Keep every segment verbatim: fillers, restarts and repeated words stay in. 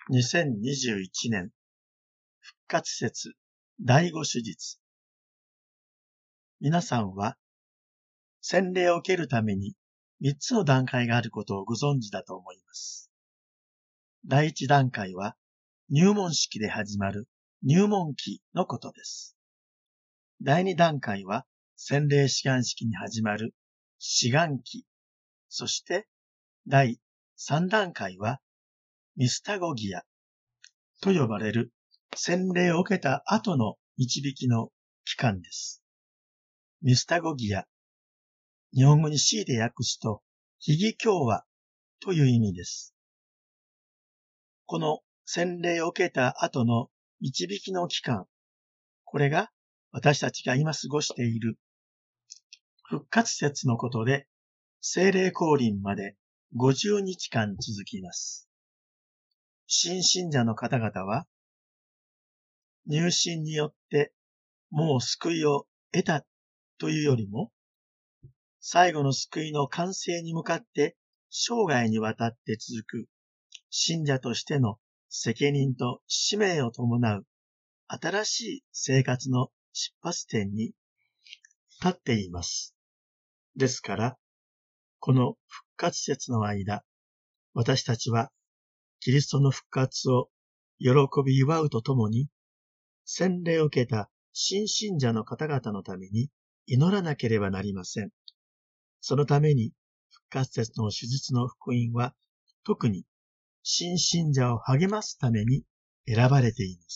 にせんにじゅういちねん復活節第五手術。皆さんは洗礼を受けるために三つの段階があることをご存知だと思います。第一段階は入門式で始まる入門期のことです。第二段階は洗礼志願式に始まる志願期。そして第三段階はミスタゴギアと呼ばれる洗礼を受けた後の導きの期間です。ミスタゴギア、日本語に C で訳すと、秘義共和という意味です。この洗礼を受けた後の導きの期間、これが私たちが今過ごしている復活節のことで、聖霊降臨までごじゅうにちかん続きます。新信者の方々は、入信によってもう救いを得たというよりも、最後の救いの完成に向かって生涯にわたって続く信者としての責任と使命を伴う新しい生活の出発点に立っています。ですから、この復活節の間、私たちはキリストの復活を喜び祝うとともに、洗礼を受けた新信者の方々のために祈らなければなりません。そのために復活節の手術の福音は特に新信者を励ますために選ばれています。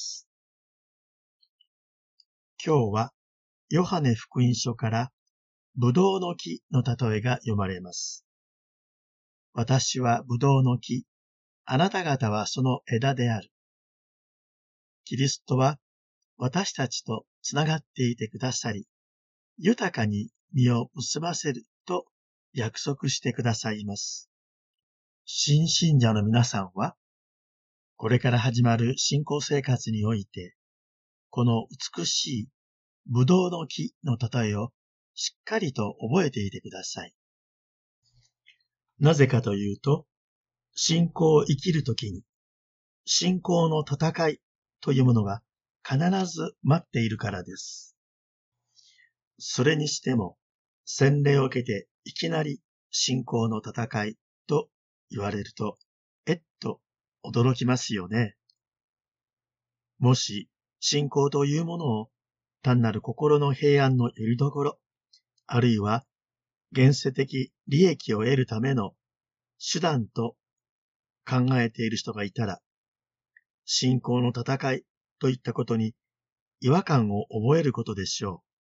今日はヨハネ福音書からブドウの木の例えが読まれます。私はブドウの木、あなた方はその枝である。キリストは私たちとつながっていてくださり、豊かに実を結ばせると約束してくださいます。新信者の皆さんは、これから始まる信仰生活において、この美しいブドウの木の例えをしっかりと覚えていてください。なぜかというと、信仰を生きるときに、信仰の戦いというものが必ず待っているからです。それにしても、洗礼を受けていきなり信仰の戦いと言われると、えっと驚きますよね。もし信仰というものを単なる心の平安の拠り所、あるいは現世的利益を得るための手段と考えている人がいたら、信仰の戦いといったことに違和感を覚えることでしょう。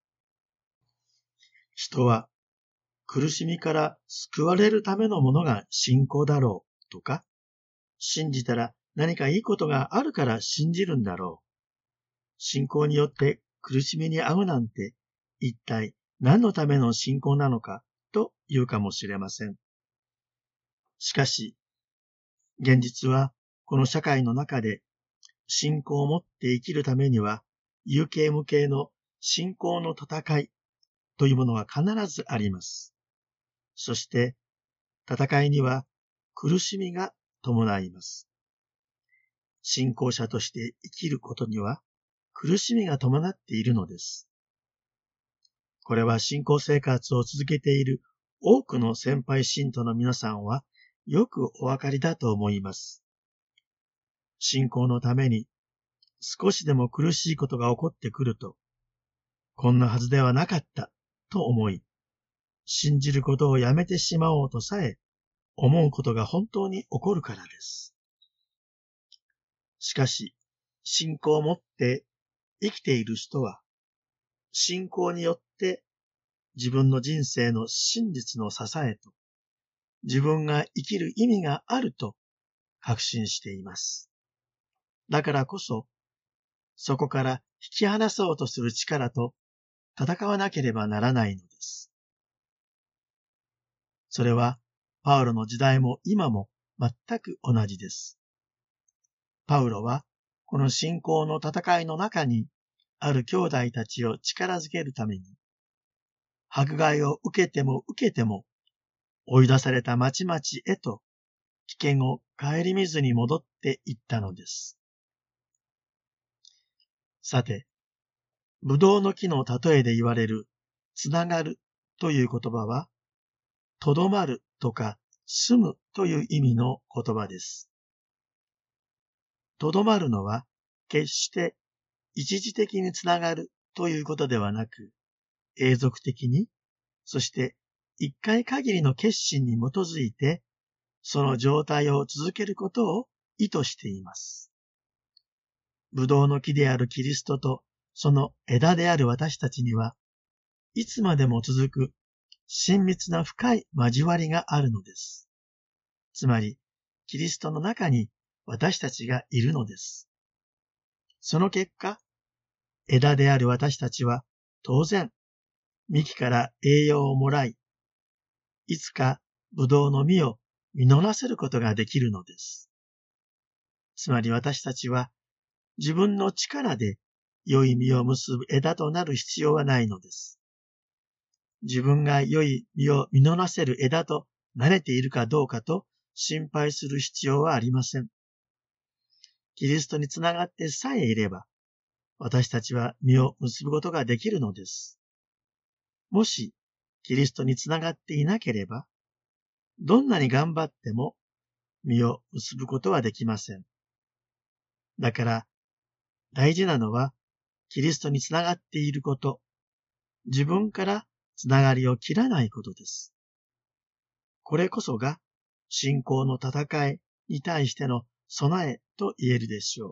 人は苦しみから救われるためのものが信仰だろうとか、信じたら何かいいことがあるから信じるんだろう。信仰によって苦しみに遭うなんて一体何のための信仰なのかと言うかもしれません。しかし、現実はこの社会の中で信仰を持って生きるためには有形無形の信仰の戦いというものは必ずあります。そして戦いには苦しみが伴います。信仰者として生きることには苦しみが伴っているのです。これは信仰生活を続けている多くの先輩信徒の皆さんはよくお分かりだと思います。信仰のために少しでも苦しいことが起こってくると、こんなはずではなかったと思い、信じることをやめてしまおうとさえ思うことが本当に起こるからです。しかし、信仰を持って生きている人は、信仰によって自分の人生の真実の支えと、自分が生きる意味があると確信しています。だからこそ、そこから引き離そうとする力と戦わなければならないのです。それは、パウロの時代も今も全く同じです。パウロは、この信仰の戦いの中にある兄弟たちを力づけるために、迫害を受けても受けても追い出された町々へと危険を顧みずに戻っていったのです。さて、ブドウの木の例えで言われるつながるという言葉は、とどまるとか住むという意味の言葉です。とどまるのは決して一時的につながるということではなく、永続的に、そして一回限りの決心に基づいて、その状態を続けることを意図しています。ブドウの木であるキリストとその枝である私たちには、いつまでも続く親密な深い交わりがあるのです。つまり、キリストの中に私たちがいるのです。その結果、枝である私たちは当然、幹から栄養をもらい、いつかブドウの実を実らせることができるのです。つまり私たちは自分の力で良い実を結ぶ枝となる必要はないのです。自分が良い実を実らせる枝と慣れているかどうかと心配する必要はありません。キリストにつながってさえいれば、私たちは実を結ぶことができるのです。もし、キリストにつながっていなければ、どんなに頑張っても実を結ぶことはできません。だから、大事なのは、キリストにつながっていること、自分からつながりを切らないことです。これこそが、信仰の戦いに対しての備えと言えるでしょう。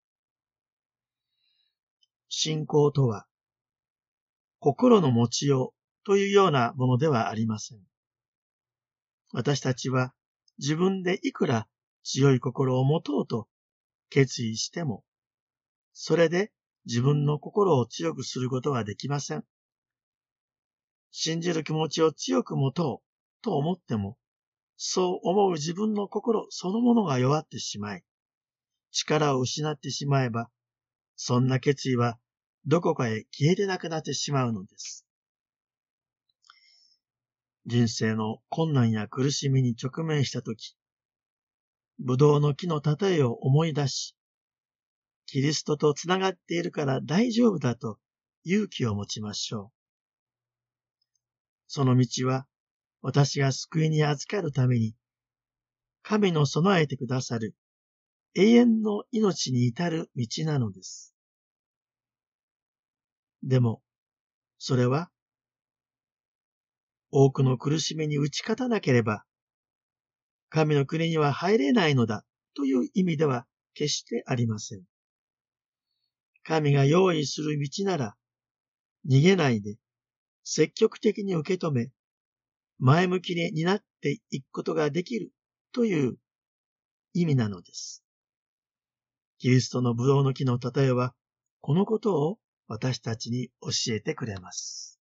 信仰とは、心の持ちようというようなものではありません。私たちは自分でいくら強い心を持とうと決意しても、それで自分の心を強くすることはできません。信じる気持ちを強く持とうと思っても、そう思う自分の心そのものが弱ってしまい、力を失ってしまえば、そんな決意はどこかへ消えてなくなってしまうのです。人生の困難や苦しみに直面したとき、ブドウの木の例えを思い出し、キリストとつながっているから大丈夫だと勇気を持ちましょう。その道は私が救いに預かるために、神の備えてくださる永遠の命に至る道なのです。でも、それは多くの苦しみに打ち勝たなければ、神の国には入れないのだという意味では決してありません。神が用意する道なら、逃げないで積極的に受け止め、前向きに担っていくことができるという意味なのです。キリストのブドウの木の例えは、このことを私たちに教えてくれます。